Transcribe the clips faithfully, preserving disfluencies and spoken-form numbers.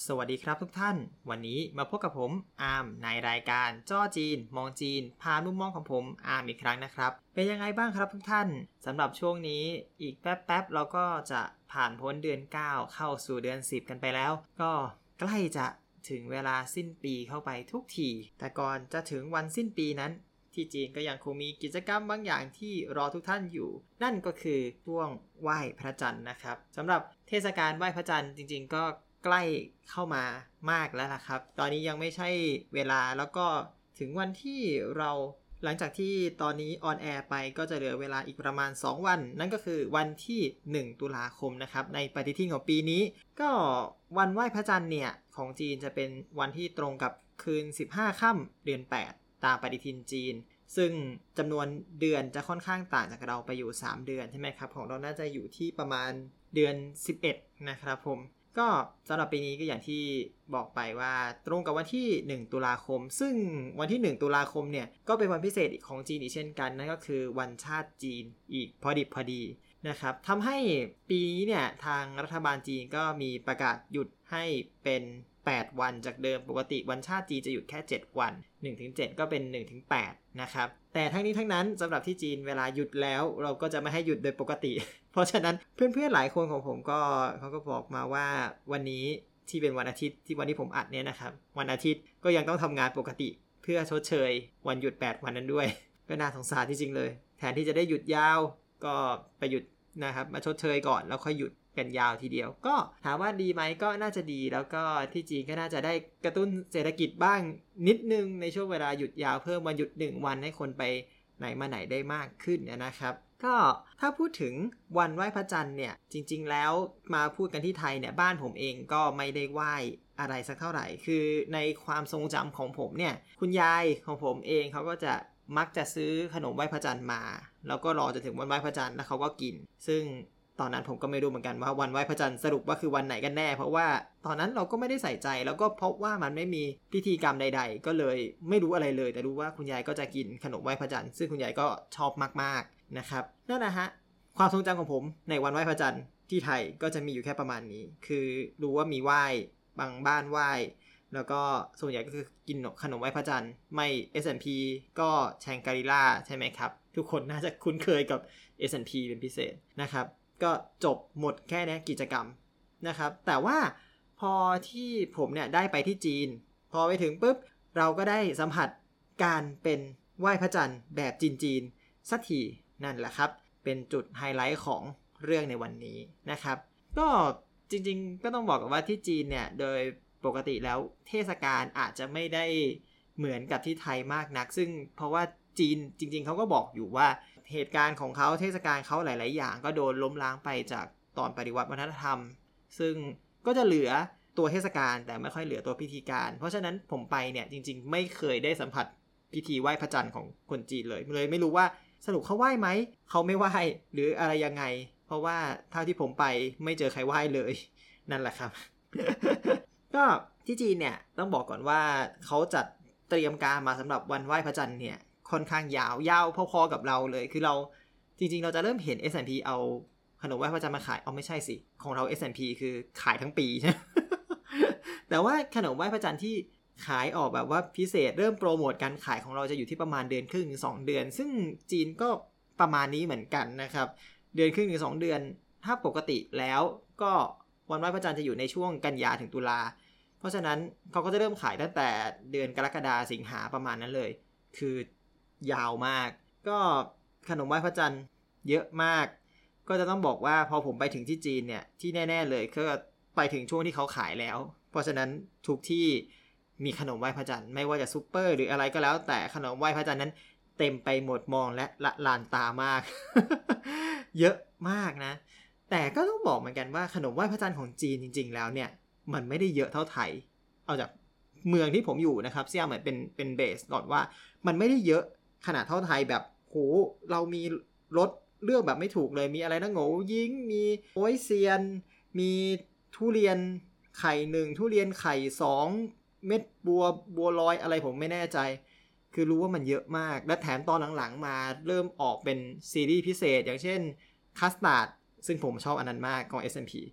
สวัสดีครับทุกท่านวันนี้มาพบกับผมอาร์มในรายการจ้อจีนมองจีนผ่านมุมมองของผมอาร์มอีกครั้งนะครับเป็นยังไงบ้างครับทุกท่านสำหรับช่วงนี้อีกแป๊บๆเราก็จะผ่านพ้นเดือนเก้าเข้าสู่เดือนสิบกันไปแล้วก็ใกล้จะถึงเวลาสิ้นปีเข้าไปทุกทีแต่ก่อนจะถึงวันสิ้นปีนั้นที่จีนก็ยังคงมีกิจกรรมบางอย่างที่รอทุกท่านอยู่นั่นก็คือช่วงไหว้พระจันทร์นะครับสำหรับเทศกาลไหว้พระจันทร์จริงๆก็ใกล้เข้ามามากแล้วนะครับตอนนี้ยังไม่ใช่เวลาแล้วก็ถึงวันที่เราหลังจากที่ตอนนี้ออนแอร์ไปก็จะเหลือเวลาอีกประมาณสองวันนั่นก็คือวันที่หนึ่งตุลาคมนะครับในปฏิทินของปีนี้ก็วันไหว้พระจันทร์เนี่ยของจีนจะเป็นวันที่ตรงกับคืนสิบห้าค่ำเดือนแปดตามปฏิทินจีนซึ่งจำนวนเดือนจะค่อนข้างต่างจากเราไปอยู่สามเดือนใช่ไหมครับของเราน่าจะอยู่ที่ประมาณเดือนสิบเอ็ดนะครับผมก็สำหรับปีนี้ก็อย่างที่บอกไปว่าตรงกับวันที่หนึ่งตุลาคมซึ่งวันที่หนึ่งตุลาคมเนี่ยก็เป็นวันพิเศษของจีนอีกเช่นกันนั่นก็คือวันชาติจีนอีกพอดิบพอดีนะครับทำให้ปีนี้เนี่ยทางรัฐบาลจีนก็มีประกาศหยุดให้เป็นแปดวันจากเดิมปกติวันชาติจีนจะหยุดแค่เจ็ดวัน หนึ่งถึงเจ็ด ก็เป็น หนึ่งถึงแปด นะครับแต่ทั้งนี้ทั้งนั้นสำหรับที่จีนเวลาหยุดแล้วเราก็จะไม่ให้หยุดโดยปกติเพราะฉะนั้นเพื่อนๆหลายคนของผมก็เขาก็บอกมาว่าวันนี้ที่เป็นวันอาทิตย์ที่วันที่ผมอัดเนี่ยนะครับวันอาทิตย์ก็ยังต้องทำงานปกติเพื่อชดเชยวันหยุดแปดวันนั้นด้วยก็น่าสงสารจริงๆเลยแทนที่จะได้หยุดยาวก็ไปหยุดนะครับมาชดเชยก่อนแล้วค่อยหยุดกันยาวทีเดียวก็ถามว่าดีไหมก็น่าจะดีแล้วก็ที่จีนก็น่าจะได้กระตุ้นเศรษฐกิจบ้างนิดนึงในช่วงเวลาหยุดยาวเพิ่มวันหยุดหนึ่งวันให้คนไปไหนมาไหนได้มากขึ้นนะครับก็ถ้าพูดถึงวันไหว้พระจันทร์เนี่ยจริงๆแล้วมาพูดกันที่ไทยเนี่ยบ้านผมเองก็ไม่ได้ไหว้อะไรสักเท่าไหร่คือในความทรงจำของผมเนี่ยคุณยายของผมเองเขาก็จะมักจะซื้อขนมไหว้พระจันทร์มาแล้วก็รอจนถึงวันไหว้พระจันทร์แล้วเขาก็กินซึ่งตอนนั้นผมก็ไม่รู้เหมือนกันว่าวันไหว้พระจันทร์สรุปว่าคือวันไหนกันแน่เพราะว่าตอนนั้นเราก็ไม่ได้ใส่ใจแล้วก็เพราะว่ามันไม่มีพิธีกรรมใดๆก็เลยไม่รู้อะไรเลยแต่รู้ว่าคุณยายก็จะกินขนมไหว้พระจันทร์ซึ่งคุณยายก็ชอบมากๆนะครับนั่นนะฮะความทรงจำของผมในวันไหว้พระจันทร์ที่ไทยก็จะมีอยู่แค่ประมาณนี้คือรู้ว่ามีไหว้บางบ้านไหว้แล้วก็ส่วนใหญ่ก็คือกินขนมไหว้พระจันทร์ไม่ เอส แอนด์ พี ก็แชงกรีล่าใช่ไหมครับทุกคนน่าจะคุ้นเคยกับ เอส แอนด์ พี เป็นพิเศษนะครับก็จบหมดแค่นี้กิจกรรมนะครับแต่ว่าพอที่ผมเนี่ยได้ไปที่จีนพอไปถึงปุ๊บเราก็ได้สัมผัสการเป็นไหว้พระจันทร์แบบจีนๆสักทีนั่นแหละครับเป็นจุดไฮไลท์ของเรื่องในวันนี้นะครับก็จริงๆก็ต้องบอกกันว่าที่จีนเนี่ยโดยปกติแล้วเทศกาลอาจจะไม่ได้เหมือนกับที่ไทยมากนักซึ่งเพราะว่าจีนจริงๆเขาก็บอกอยู่ว่าเหตุการณ์ของเขาเทศกาลเขาหลายๆอย่างก็โดนล้มล้างไปจากตอนปฏิวัติวัฒนธรรมซึ่งก็จะเหลือตัวเทศกาลแต่ไม่ค่อยเหลือตัวพิธีการเพราะฉะนั้นผมไปเนี่ยจริงๆไม่เคยได้สัมผัสพิธีไหว้พระจันทร์ของคนจีนเลยเลยไม่รู้ว่าสรุปเขาไหว้ไหมเขาไม่ไหว้หรืออะไรยังไงเพราะว่าเท่าที่ผมไปไม่เจอใครไหว้เลยนั่นแหละครับ ก็ที่จีนเนี่ยต้องบอกก่อนว่าเขาจัดเตรียมการมาสำหรับวันไหว้พระจันทร์เนี่ยค่อนข้างยาวยาวพอๆกับเราเลยคือเราจริงๆเราจะเริ่มเห็น เอส แอนด์ พี เอาขนมไหว้พระจันทร์มาขายเอาไม่ใช่สิของเรา เอส แอนด์ พี คือขายทั้งปีใช่ แต่ว่าขนมไหว้พระจันทร์ที่ขายออกแบบว่าพิเศษเริ่มโปรโมทการขายของเราจะอยู่ที่ประมาณเดือนครึ่งถึงสองเดือนซึ่งจีนก็ประมาณนี้เหมือนกันนะครับเดือนครึ่งถึงสองเดือนถ้าปกติแล้วก็วันไหว้พระจันทร์จะอยู่ในช่วงกันยาถึงตุลาเพราะฉะนั้นเขาก็จะเริ่มขายตั้งแต่เดือนกรกฎาคมสิงหาประมาณนั้นเลยคือยาวมากก็ขนมไหว้พระจันทร์เยอะมากก็จะต้องบอกว่าพอผมไปถึงที่จีนเนี่ยที่แน่ๆเลยก็ไปถึงช่วงที่เขาขายแล้วเพราะฉะนั้นทุกที่มีขนมไหว้พระจันทร์ไม่ว่าจะซุปเปอร์หรืออะไรก็แล้วแต่ขนมไหว้พระจันทร์นั้นเต็มไปหมดมองและละลานตามาก เยอะมากนะแต่ก็ต้องบอกเหมือนกันว่าขนมไหว้พระจันทร์ของจีนจริงๆแล้วเนี่ยมันไม่ได้เยอะเท่าไทยเอาจากเมืองที่ผมอยู่นะครับเซี่ยเหมือนเป็นเป็นเบสก่อนว่ามันไม่ได้เยอะขนาดเท่าไทยแบบโหเรามีรถเลือกแบบไม่ถูกเลยมีอะไรนะโง่ยิงมีโอ้ยเซียนมีทุเรียนไข่หนึ่งทุเรียนไข่สองเม็ดบัวบัวลอยอะไรผมไม่แน่ใจคือรู้ว่ามันเยอะมากและแถมตอนหลังๆมาเริ่มออกเป็นซีรีส์พิเศษอย่างเช่นคัสตาร์ดซึ่งผมชอบอันนั้นมากของ เอส แอนด์ พี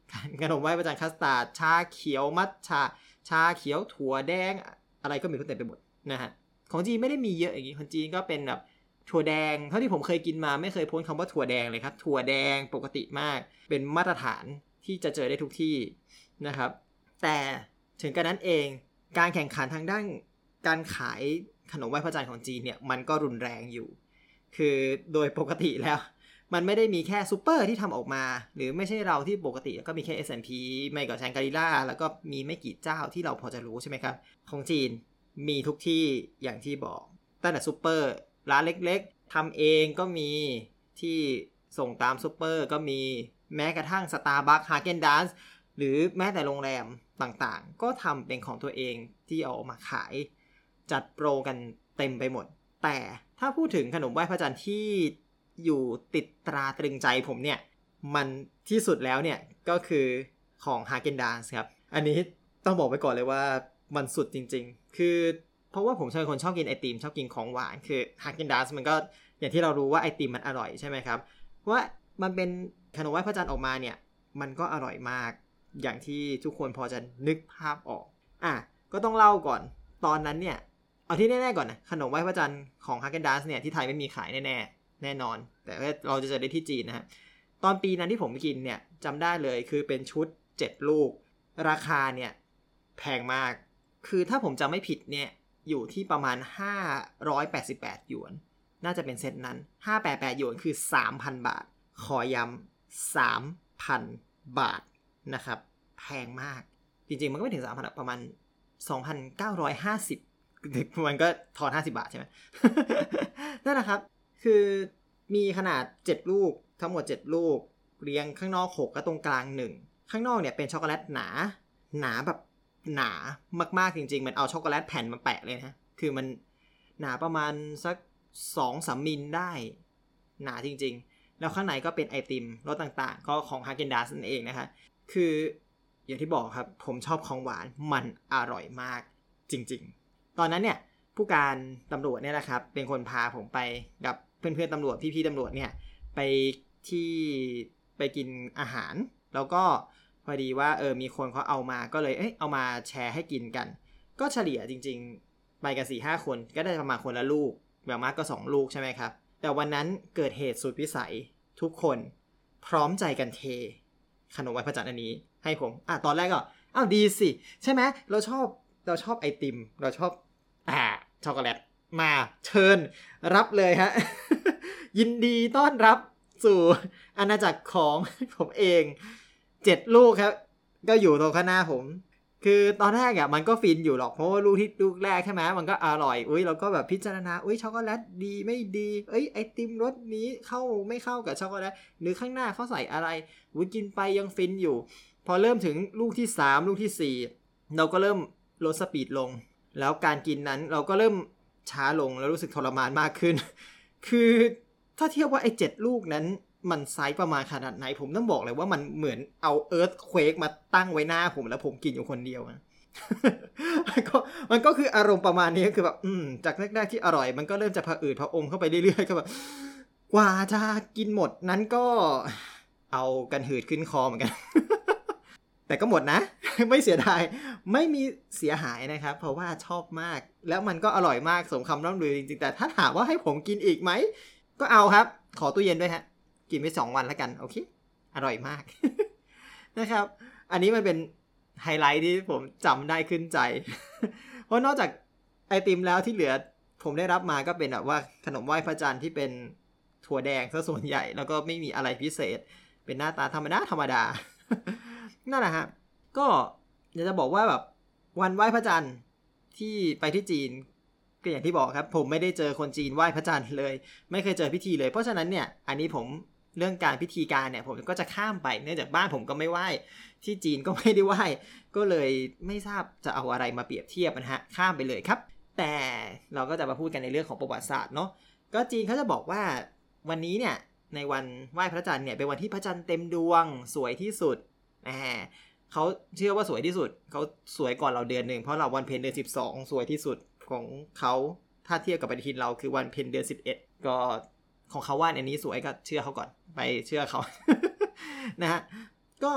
ขนมไหว้พระจันทร์คัสตาร์ดชาเขียวมัทฉะชาเขียวถั่วแดงอะไรก็มีเต็มไปหมดนะฮะของจีนไม่ได้มีเยอะอย่างนี้ของจีนก็เป็นแบบถั่วแดงเท่าที่ผมเคยกินมาไม่เคยพ้นคำว่าถั่วแดงเลยครับถั่วแดงปกติมากเป็นมาตรฐานที่จะเจอได้ทุกที่นะครับแต่ถึงกระนั้นเองการแข่งขันทางด้านการขายขนมไหว้พระจันทร์ของจีนเนี่ยมันก็รุนแรงอยู่คือโดยปกติแล้วมันไม่ได้มีแค่ซูเปอร์ที่ทำออกมาหรือไม่ใช่เราที่ปกติก็มีแค่ เอส แอนด์ พี ไม่ก็แชงกรีล่าแล้วก็มีไม่กี่เจ้าที่เราพอจะรู้ใช่ไหมครับของจีนมีทุกที่อย่างที่บอกตั้งแต่ซูเปอร์ร้านเล็กๆทำเองก็มีที่ส่งตามซูเปอร์ก็มีแม้กระทั่ง Starbucks Häagen-Dazs หรือแม้แต่โรงแรมต่างๆก็ทำเป็นของตัวเองที่เอามาขายจัดโปรกันเต็มไปหมดแต่ถ้าพูดถึงขนมไหว้พระจันทร์ที่อยู่ติดตราตรึงใจผมเนี่ยมันที่สุดแล้วเนี่ยก็คือของ Häagen-Dazs ครับอันนี้ต้องบอกไว้ก่อนเลยว่ามันสุดจริงๆคือเพราะว่าผมเป็นคนชอบกินไอติมชอบกินของหวานคือ Häagen-Dazs มันก็อย่างที่เรารู้ว่าไอติมมันอร่อยใช่ไหมครับว่ามันเป็นขนมไหว้พระจันทร์ออกมาเนี่ยมันก็อร่อยมากอย่างที่ทุกคนพอจะนึกภาพออกอ่ะก็ต้องเล่าก่อนตอนนั้นเนี่ยเอาที่แน่ๆก่อนนะขนมไหว้พระจันทร์ของ Häagen-Dazs เนี่ยที่ไทยไม่มีขายแน่ๆแน่นอนแต่เราจะเจอได้ที่จีนนะฮะตอนปีนั้นที่ผมกินเนี่ยจำได้เลยคือเป็นชุดเจ็ดลูกราคาเนี่ยแพงมากคือถ้าผมจำไม่ผิดเนี่ยอยู่ที่ประมาณห้าร้อยแปดสิบแปดหยวนน่าจะเป็นเซตนั้นห้าร้อยแปดสิบแปดหยวนคือ สามพัน บาทขอย้ำ สามพัน บาทนะครับแพงมากจริงๆมันก็ไม่ถึง สามพัน ประมาณ สองพันเก้าร้อยห้าสิบ มันก็ทอนห้าสิบบาทใช่ไหม นั่นนะครับคือมีขนาดเจ็ดลูกทั้งหมดเจ็ดลูกเรียงข้างนอกหกและตรงกลางหนึ่งข้างนอกเนี่ยเป็นช็อกโกแลตหนาหนาแบบหนามากๆจริงๆมันเอาช็อกโกแลตแผ่นมาแปะเลยนะคือมันหนาประมาณสัก สองถึงสาม มิลได้หนาจริงๆแล้วข้างในก็เป็นไอติมรสต่างๆก็ของ Häagen-Dazs นั่นเองนะคะคืออย่างที่บอกครับผมชอบของหวานมันอร่อยมากจริงๆตอนนั้นเนี่ยผู้การตำรวจเนี่ยนะครับเป็นคนพาผมไปกับเพื่อนๆตำรวจพี่ๆตำรวจเนี่ยไปที่ไปกินอาหารแล้วก็พอดีว่าเออมีคนเขาเอามาก็เลยเอ้ยเอามาแชร์ให้กินกันก็เฉลี่ยจริงๆไปกัน สี่ห้า คนก็ได้ประมาณคนละลูกแบบมากก็สองลูกใช่ไหมครับแต่วันนั้นเกิดเหตุสุดวิสัยทุกคนพร้อมใจกันเทขนมไหว้พระจันทร์อันนี้ให้ผมอ่ะตอนแรกก็อ้าวดีสิใช่ไหมเราชอบเราชอบไอติมเราชอบอ่าช็อกโกแลตมาเชิญรับเลยฮะ ยินดีต้อนรับสู่อาณาจักรของผมเองเจ็ดลูกครับก็อยู่ตรงข้างหน้าผมคือตอนแรกอ่ะมันก็ฟินอยู่หรอกเพราะว่าลูกที่ลูกแรกใช่ไหมมันก็อร่อยอุ้ยเราก็แบบพิจารณาอุ้ยช็อกโกแลตดีไม่ดีเอ้ยไอติมรสนี้เข้าไม่เข้ากับช็อกโกแลตหรือข้างหน้าเขาใส่อะไรอุ้ยกินไปยังฟินอยู่พอเริ่มถึงลูกที่สามลูกที่สี่เราก็เริ่มลดสปีดลงแล้วการกินนั้นเราก็เริ่มช้าลงแล้วรู้สึกทรมานมากขึ้นคือถ้าเทียบว่าไอ้เจ็ดลูกนั้นมันไซส์ประมาณขนาดไหนผมต้องบอกเลยว่ามันเหมือนเอาเอิร์ธเควกมาตั้งไว้หน้าผมแล้วผมกินอยู่คนเดียวนะ ก็มันก็คืออารมณ์ประมาณนี้คือแบบอืมจากแรกๆที่อร่อยมันก็เริ่มจะผะอืดผะอมเข้าไปเรื่อยๆก็แบบกว่าจะกินหมดนั้นก็เอากันหืดขึ้นคอเหมือนกัน แต่ก็หมดนะ ไม่เสียดายไม่มีเสียหายนะครับเพราะว่าชอบมากแล้วมันก็อร่อยมากสมคำร่ำลือจริงๆแต่ถ้าถามว่าให้ผมกินอีกไหมก็เอาครับขอตู้เย็นด้วยฮะกินไปสองวันแล้วกันโอเคอร่อยมาก นะครับอันนี้มันเป็นไฮไลท์ที่ผมจำได้ขึ้นใจ เพราะนอกจากไอติมแล้วที่เหลือผมได้รับมาก็เป็นแบบว่าขนมไหว้พระจันทร์ที่เป็นถั่วแดงซะส่วนใหญ่แล้วก็ไม่มีอะไรพิเศษเป็นหน้าตาธรรมดาธรรมดา นั่นแหละฮะก็อยากจะบอกว่าแบบวันไหว้พระจันทร์ที่ไปที่จีนก็อย่างที่บอกครับผมไม่ได้เจอคนจีนไหว้พระจันทร์เลยไม่เคยเจอพิธีเลยเพราะฉะนั้นเนี่ยอันนี้ผมเรื่องการพิธีการเนี่ยผมก็จะข้ามไปเนื่องจากบ้านผมก็ไม่ไหว้ที่จีนก็ไม่ได้ไหว้ก็เลยไม่ทราบจะเอาอะไรมาเปรียบเทียบนะฮะข้ามไปเลยครับแต่เราก็จะมาพูดกันในเรื่องของประวัติศาสตร์เนาะก็จีนเขาจะบอกว่าวันนี้เนี่ยในวันไหว้พระจันทร์เนี่ยเป็นวันที่พระจันทร์เต็มดวงสวยที่สุดอ่าเขาเชื่อว่าสวยที่สุดเขาสวยก่อนเราเดือนหนึ่งเพราะเราวันเพ็ญเดือนสิบสองสวยที่สุดของเขาถ้าเทียบกับปฏิทินเราคือวันเพ็ญเดือนสิบเอ็ดก็ของเขาว่าอันนี้สวยก็เชื่อเขาก่อนไปเชื่อเขา นะฮะก็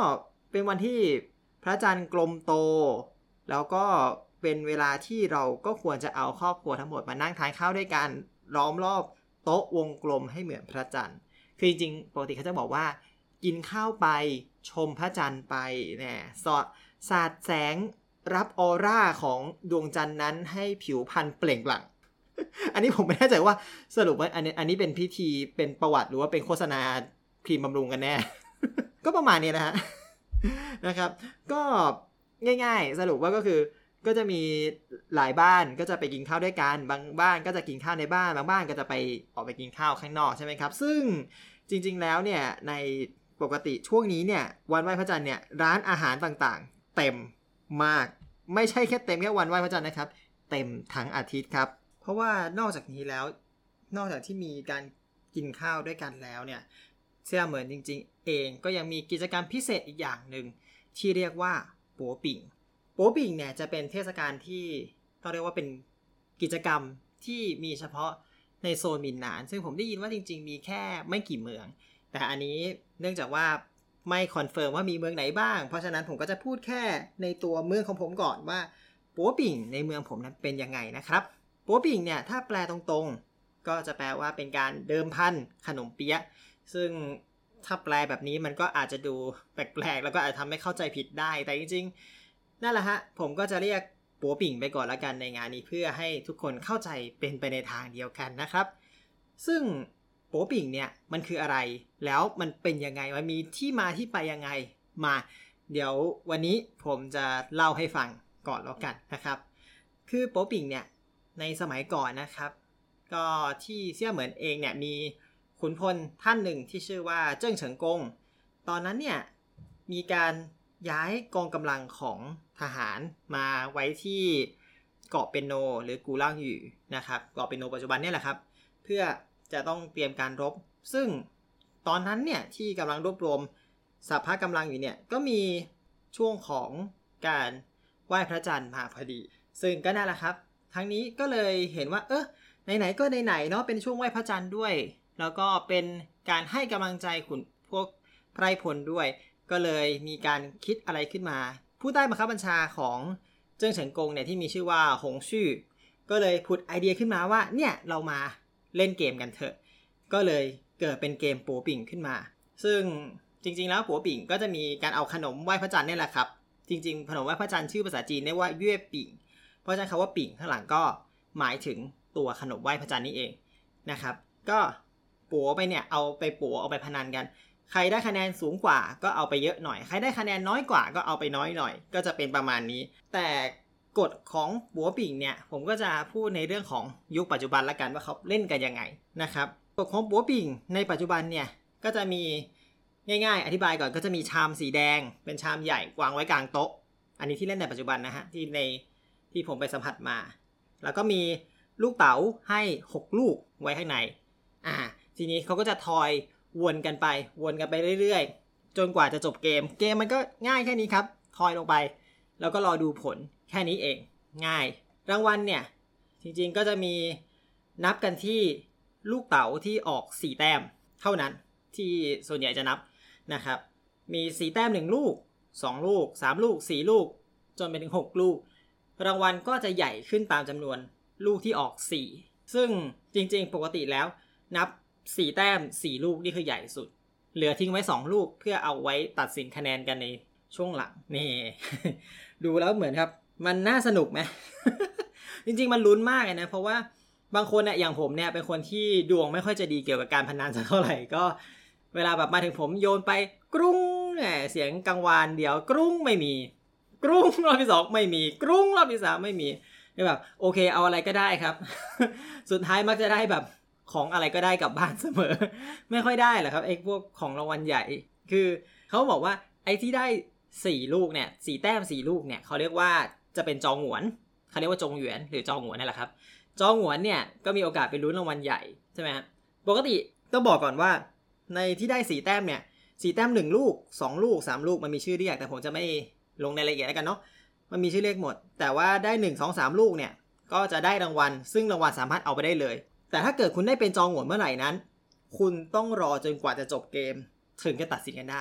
เป็นวันที่พระจันทร์กลมโตแล้วก็เป็นเวลาที่เราก็ควรจะเอาครอบครัวทั้งหมดมานั่งทานข้าวด้วยกันล้อมรอบโต๊ะวงกลมให้เหมือนพระจันทร์คือจริงๆปกติเขาจะบอกว่ากินข้าวไปชมพระจันทร์ไปเนี่ยสอดสาดแสงรับออร่าของดวงจันทร์นั้นให้ผิวพรรณเปล่งปลั่ง อันนี้ผมไม่แน่ใจว่าสรุปว่าอันนี้อันนี้เป็นพิธีเป็นประวัติหรือว่าเป็นโฆษณาครีมบำรุงกันแน่ ก็ประมาณนี้นะฮะ นะครับก็ง่ายๆสรุปว่าก็คือก็จะมีหลายบ้านก็จะไปกินข้าวด้วยกันบางบ้านก็จะกินข้าวในบ้านบางบ้านก็จะไปออกไปกินข้าวข้างนอกใช่ไหมครับซึ่งจริงๆแล้วเนี่ยในปกติช่วงนี้เนี่ยวันไหว้พระจันทร์เนี่ยร้านอาหารต่างๆเต็มมากไม่ใช่แค่เต็มแค่วันไหว้พระจันทร์นะครับเต็มทั้งอาทิตย์ครับเพราะว่านอกจากนี้แล้วนอกจากที่มีการกินข้าวด้วยกันแล้วเนี่ยเสี่ยเหมือนจริงๆเองก็ยังมีกิจกรรมพิเศษอีกอย่างหนึ่งที่เรียกว่าปัวปิ่งปัวปิ่งเนี่ยจะเป็นเทศกาลที่ต้องเรียกว่าเป็นกิจกรรมที่มีเฉพาะในโซนหมินหนานซึ่งผมได้ยินว่าจริงๆมีแค่ไม่กี่เมืองแต่อันนี้เนื่องจากว่าไม่คอนเฟิร์มว่ามีเมืองไหนบ้างเพราะฉะนั้นผมก็จะพูดแค่ในตัวเมืองของผมก่อนว่าปัวปิ่งในเมืองผมนั้นเป็นยังไงนะครับปัวปิ่งเนี่ยถ้าแปลตรงๆก็จะแปลว่าเป็นการเดิมพันขนมเปี๊ยะซึ่งถ้าแปลแบบนี้มันก็อาจจะดูแปลกๆแล้วก็อาจจะทำให้เข้าใจผิดได้แต่จริงๆนั่นแหละฮะผมก็จะเรียกปัวปิ่งไปก่อนละกันในงานนี้เพื่อให้ทุกคนเข้าใจเป็นไปในทางเดียวกันนะครับซึ่งปัวปิ่งเนี่ยมันคืออะไรแล้วมันเป็นยังไงมันมีที่มาที่ไปยังไงมาเดี๋ยววันนี้ผมจะเล่าให้ฟังก่อนแล้วกันนะครับคือปัวปิ่งเนี่ยในสมัยก่อนนะครับก็ที่เสี่ยเหมือนเองเนี่ยมีขุนพลท่านหนึ่งที่ชื่อว่าเจิ้งเฉิงกงตอนนั้นเนี่ยมีการย้ายกองกำลังของทหารมาไว้ที่เกาะเปนโนหรือกูล่างหยู่นะครับเกาะเปนโนปัจจุบันเนี่ยแหละครับเพื่อจะต้องเตรียมการรบซึ่งตอนนั้นเนี่ยที่กำลังรวบรวมสภากำลังอยู่เนี่ยก็มีช่วงของการไหว้พระจันทร์มาพอดีซึ่งก็นั่นแหละครับทั้งนี้ก็เลยเห็นว่าเออไหนๆก็ไหนๆเนาะเป็นช่วงไหว้พระจันทร์ด้วยแล้วก็เป็นการให้กำลังใจขุนพวกไพรพลด้วยก็เลยมีการคิดอะไรขึ้นมาผู้ใต้บังคับบัญชาของเจิ้งเฉิงกงเนี่ยที่มีชื่อว่าหงชื่อก็เลยผุดไอเดียขึ้นมาว่าเนี่ยเรามาเล่นเกมกันเถอะก็เลยเกิดเป็นเกมปัวปิ่งขึ้นมาซึ่งจริงๆแล้วปัวปิ่งก็จะมีการเอาขนมไหว้พระจันทร์นี่แหละครับจริงๆขนมไหว้พระจันทร์ชื่อภาษาจีนเรียกว่าเย่ปิ่งเพราะฉะนั้นคำว่าปิ่งข้างหลังก็หมายถึงตัวขนมไหว้พระจันทร์นี่เองนะครับก็ปัวไปเนี่ยเอาไปปัวเอาไปพนันกันใครได้คะแนนสูงกว่าก็เอาไปเยอะหน่อยใครได้คะแนนน้อยกว่าก็เอาไปน้อยหน่อยก็จะเป็นประมาณนี้แต่กฎของปัวปิ่งเนี่ยผมก็จะพูดในเรื่องของยุคปัจจุบันละกันว่าเขาเล่นกันยังไงนะครับกฎของปัวปิ่งในปัจจุบันเนี่ยก็จะมีง่ายๆอธิบายก่อนก็จะมีชามสีแดงเป็นชามใหญ่วางไว้กลางโต๊ะอันนี้ที่เล่นในปัจจุบันนะฮะที่ในที่ผมไปสัมผัสมาแล้วก็มีลูกเต๋าให้หกลูกไว้ข้างในอ่าทีนี้เขาก็จะทอยวนกันไปวนกันไปเรื่อยๆจนกว่าจะจบเกมเกมมันก็ง่ายแค่นี้ครับทอยลงไปแล้วก็รอดูผลแค่นี้เองง่ายรางวัลเนี่ยจริงๆก็จะมีนับกันที่ลูกเต๋าที่ออกสี่แต้มเท่านั้นที่ส่วนใหญ่จะนับนะครับมีสี่แต้มหนึ่งลูกสองลูกสามลูกสี่ลูกจนไปถึงหกลูกรางวัลก็จะใหญ่ขึ้นตามจำนวนลูกที่ออกสี่ซึ่งจริงๆปกติแล้วนับสี่แต้มสี่ลูกนี่คือใหญ่สุดเหลือทิ้งไว้สองลูกเพื่อเอาไว้ตัดสินคะแนนกันในช่วงหลังนี่ ดูแล้วเหมือนครับมันน่าสนุกไหม จริงๆมันลุ้นมากเลยนะเพราะว่าบางคนเนี่ยอย่างผมเนี่ยเป็นคนที่ดวงไม่ค่อยจะดีเกี่ยวกับการพนันสักเท่าไหร่ก็เวลาแบบมาถึงผมโยนไปกรุ้งเนี่ยเสียงกังวานเดี๋ยวกรุ้งไม่มีกรุ้งรอบที่สองไม่มีกรุ้งรอบที่สามไม่มีแบบโอเคเอาอะไรก็ได้ครับ สุดท้ายมักจะได้แบบของอะไรก็ได้กลับบ้านเสมอ ไม่ค่อยได้หรอกครับไอ้พวกของรางวัลใหญ่คือเขาบอกว่าไอ้ที่ได้สี่ลูกเนี่ยสี่แต้มสี่ลูกเนี่ยเขาเรียกว่าจะเป็นจองหวนเขาเรียกว่าจงหยวนหรือจองหวนนั่นแหละครับจองหวนเนี่ยก็มีโอกาสไปลุ้นรางวัลใหญ่ใช่ไหมครับปกติต้องบอกก่อนว่าในที่ได้สี่แต้มเนี่ยสี่แต้มหนึ่งลูกสองลูกสามลูกมันมีชื่อเรียกแต่ผมจะไม่ลงในรายละเอียดแล้วกันเนาะมันมีชื่อเรียกหมดแต่ว่าได้หนึ่ง สอง สามลูกเนี่ยก็จะได้รางวัลซึ่งรางวัลสามารถเอาไปได้เลยแต่ถ้าเกิดคุณได้เป็นจองหวนเมื่อไหร่นั้นคุณต้องรอจนกว่าจะจบเกมถึงจะตัดสินกันได้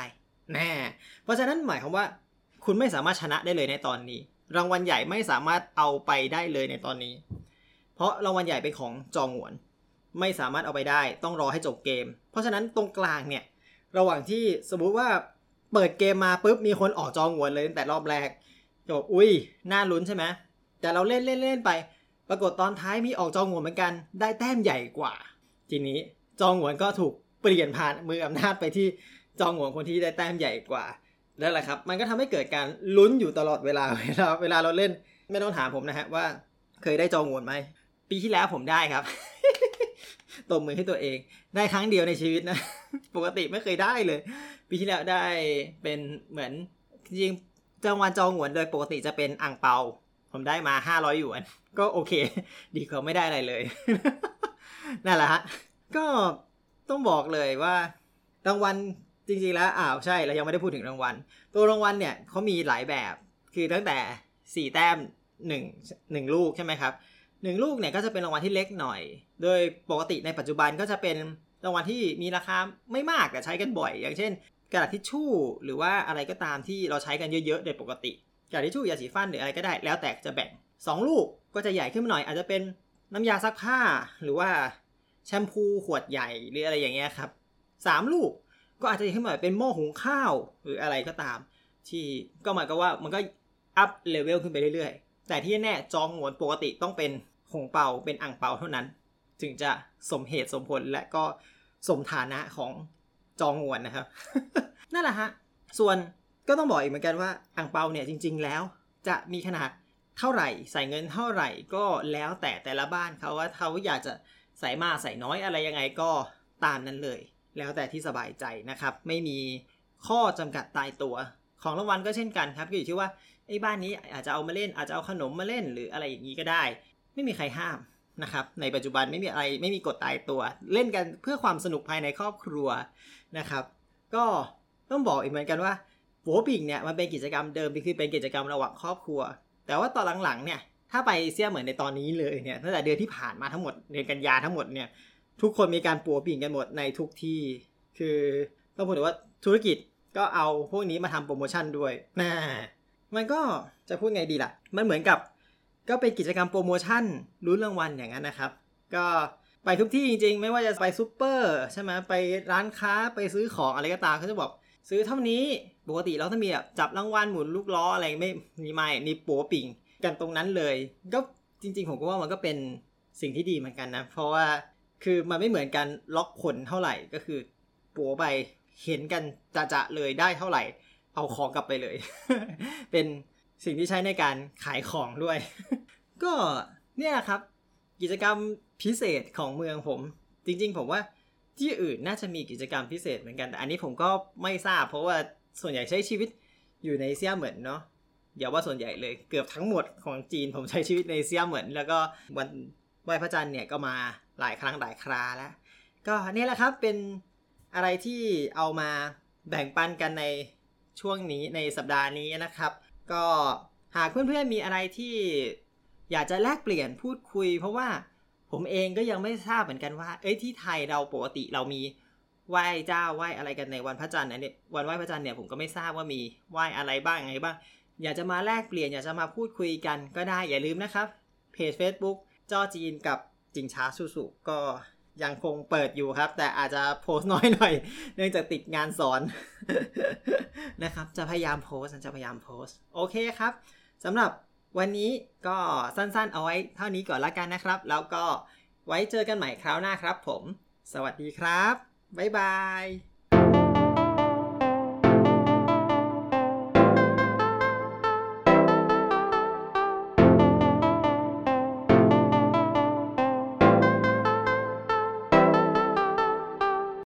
แน่เพราะฉะนั้นหมายความว่าคุณไม่สามารถชนะได้เลยในตอนนี้รางวัลใหญ่ไม่สามารถเอาไปได้เลยในตอนนี้เพราะรางวัลใหญ่เป็นของจองหวนไม่สามารถเอาไปได้ต้องรอให้จบเกมเพราะฉะนั้นตรงกลางเนี่ยระหว่างที่สมมุติว่าเปิดเกมมาปุ๊บมีคนออกจองหวนเลยตั้งแต่รอบแรกจะบอกอุ้ยน่าลุ้นใช่ไหมแต่เราเล่นเล่นเล่นไปปรากฏตอนท้ายมีออกจองหวนเหมือนกันได้แต้มใหญ่กว่าทีนี้จองหวนก็ถูกเปลี่ยนผ่านมืออำนาจไปที่จองหวนคนที่ได้แต้มใหญ่กว่านั่นแหละครับมันก็ทำให้เกิดการลุ้นอยู่ตลอดเวลาเวลาเวลาเราเล่นไม่ต้องถามผมนะฮะว่าเคยได้จองหวนไหมปีที่แล้วผมได้ครับ ตบมือให้ตัวเองได้ครั้งเดียวในชีวิตนะ ปกติไม่เคยได้เลยปีที่แล้วได้เป็นเหมือนจริงๆรางวัลจองหวนโดยปกติจะเป็นอั่งเปาผมได้มาห้าร้อยหยวนก็โอเคดีกว่าไม่ได้อะไรเลย นั่นแหละฮะก็ต้องบอกเลยว่ารางวัลจริงๆแล้วอ้าวใช่เรายังไม่ได้พูดถึงรางวัลตัวรางวัลเนี่ยเขามีหลายแบบคือตั้งแต่สี่แต้มหนึ่ง หนึ่งลูกใช่ไหมครับหนึ่งลูกเนี่ยก็จะเป็นรางวัลที่เล็กหน่อยโดยปกติในปัจจุบันก็จะเป็นรางวัลที่มีราคาไม่มากแต่ใช้กันบ่อยอย่างเช่นกระดาษทิชชู่หรือว่าอะไรก็ตามที่เราใช้กันเยอะๆโดยปกติกระดาษทิชชู่ยาสีฟันหรืออะไรก็ได้แล้วแต่จะแบ่งสองลูกก็จะใหญ่ขึ้นมาหน่อยอาจจะเป็นน้ำยาซักผ้าหรือว่าแชมพูขวดใหญ่หรืออะไรอย่างเงี้ยครับสามลูกก็อาจจะขึ้นมาเป็นหม้อหุงข้าวหรืออะไรก็ตามที่ก็หมายความว่ามันก็อัพเลเวลขึ้นไปเรื่อยๆแต่ที่แน่จองหวนปกติต้องเป็นหงเปาเป็นอั่งเปาเท่านั้นถึงจะสมเหตุสมผลและก็สมฐานะของจองหวนนะครับ นั่นแหละฮะส่วนก็ต้องบอกอีกเหมือนกันว่าอั่งเปาเนี่ยจริงๆแล้วจะมีขนาดเท่าไหร่ใส่เงินเท่าไหร่ก็แล้วแต่แต่ละบ้านเขาว่าเขาอยากจะใส่มากใส่น้อยอะไรยังไงก็ตามนั้นเลยแล้วแต่ที่สบายใจนะครับไม่มีข้อจำกัดตายตัวของรางวัลก็เช่นกันครับก็อยู่ที่ว่าไอ้บ้านนี้อาจจะเอามาเล่นอาจจะเอาขนมมาเล่นหรืออะไรอย่างนี้ก็ได้ไม่มีใครห้ามนะครับในปัจจุบันไม่มีอะไรไม่มีกฎตายตัวเล่นกันเพื่อความสนุกภายในครอบครัวนะครับก็ต้องบอกอีกเหมือนกันว่าปัวปิ่งเนี่ยมันเป็นกิจกรรมเดิมคือเป็นกิจกรรมระหว่างครอบครัวแต่ว่าตอนหลังๆเนี่ยถ้าไปเสี่ยเหมือนในตอนนี้เลยเนี่ยตั้งแต่เดือนที่ผ่านมาทั้งหมดเดือนกันยาทั้งหมดเนี่ยทุกคนมีการปัวปิ่งกันหมดในทุกที่คือต้องพูดถึงว่าธุรกิจก็เอาพวกนี้มาทำโปรโมชั่นด้วยน่ามันก็จะพูดไงดีล่ะมันเหมือนกับก็เป็นกิจกรรมโปรโมชั่นลุ้นรางวัลอย่างนั้นนะครับก็ไปทุกที่จริงๆไม่ว่าจะไปซุปเปอร์ใช่ไหมไปร้านค้าไปซื้อของอะไรก็ตามเขาจะบอกซื้อเท่านี้ปกติเราถ้ามีแบบจับรางวัลหมุนลูกล้ออะไรไม่มีไม่มีปัวปิ่งกันตรงนั้นเลยก็จริงๆผมก็ว่ามันก็เป็นสิ่งที่ดีเหมือนกันนะเพราะว่าคือมันไม่เหมือนกันล็อกผลเท่าไหร่ก็คือปัวไปเห็นกันจะๆเลยได้เท่าไหร่เอาของกลับไปเลย เป็นสิ่งที่ใช้ในการขายของด้วย ก็เนี่ยครับกิจกรรมพิเศษของเมืองผมจริงๆผมว่าที่อื่นน่าจะมีกิจกรรมพิเศษเหมือนกันแต่อันนี้ผมก็ไม่ทราบเพราะว่าส่วนใหญ่ใช้ชีวิตอยู่ในเซี่ยเหมินเนาะอย่าว่าส่วนใหญ่เลยเกือบทั้งหมดของจีนผมใช้ชีวิตในเซี่ยเหมินแล้วก็วันไหว้พระจันทร์เนี่ยก็มาหลายครั้งหลายคราแล้วก็นี่แหละครับเป็นอะไรที่เอามาแบ่งปันกันในช่วงนี้ในสัปดาห์นี้นะครับก็หากเพื่อนๆมีอะไรที่อยากจะแลกเปลี่ยนพูดคุยเพราะว่าผมเองก็ยังไม่ทราบเหมือนกันว่าเอ้ยที่ไทยเราปกติเรามีไหว้เจ้าไหว้อะไรกันในวันพระจันทร์เนี่ยวันไหว้พระจันทร์เนี่ยผมก็ไม่ทราบว่ามีไหว้อะไรบ้างไงบ้างอยากจะมาแลกเปลี่ยนอยากจะมาพูดคุยกันก็ได้อย่าลืมนะครับเพจ Facebook จ้อจีนกับจิงช้าสุสุก็ยังคงเปิดอยู่ครับแต่อาจจะโพสต์น้อยหน่อยเนื่องจากติดงานสอน นะครับจะพยายามโพสต์จะพยายามโพสต์โอเคครับสำหรับวันนี้ก็สั้นๆเอาไว้เท่านี้ก่อนละกันนะครับแล้วก็ไว้เจอกันใหม่คราวหน้าครับผมสวัสดีครับบ๊ายบาย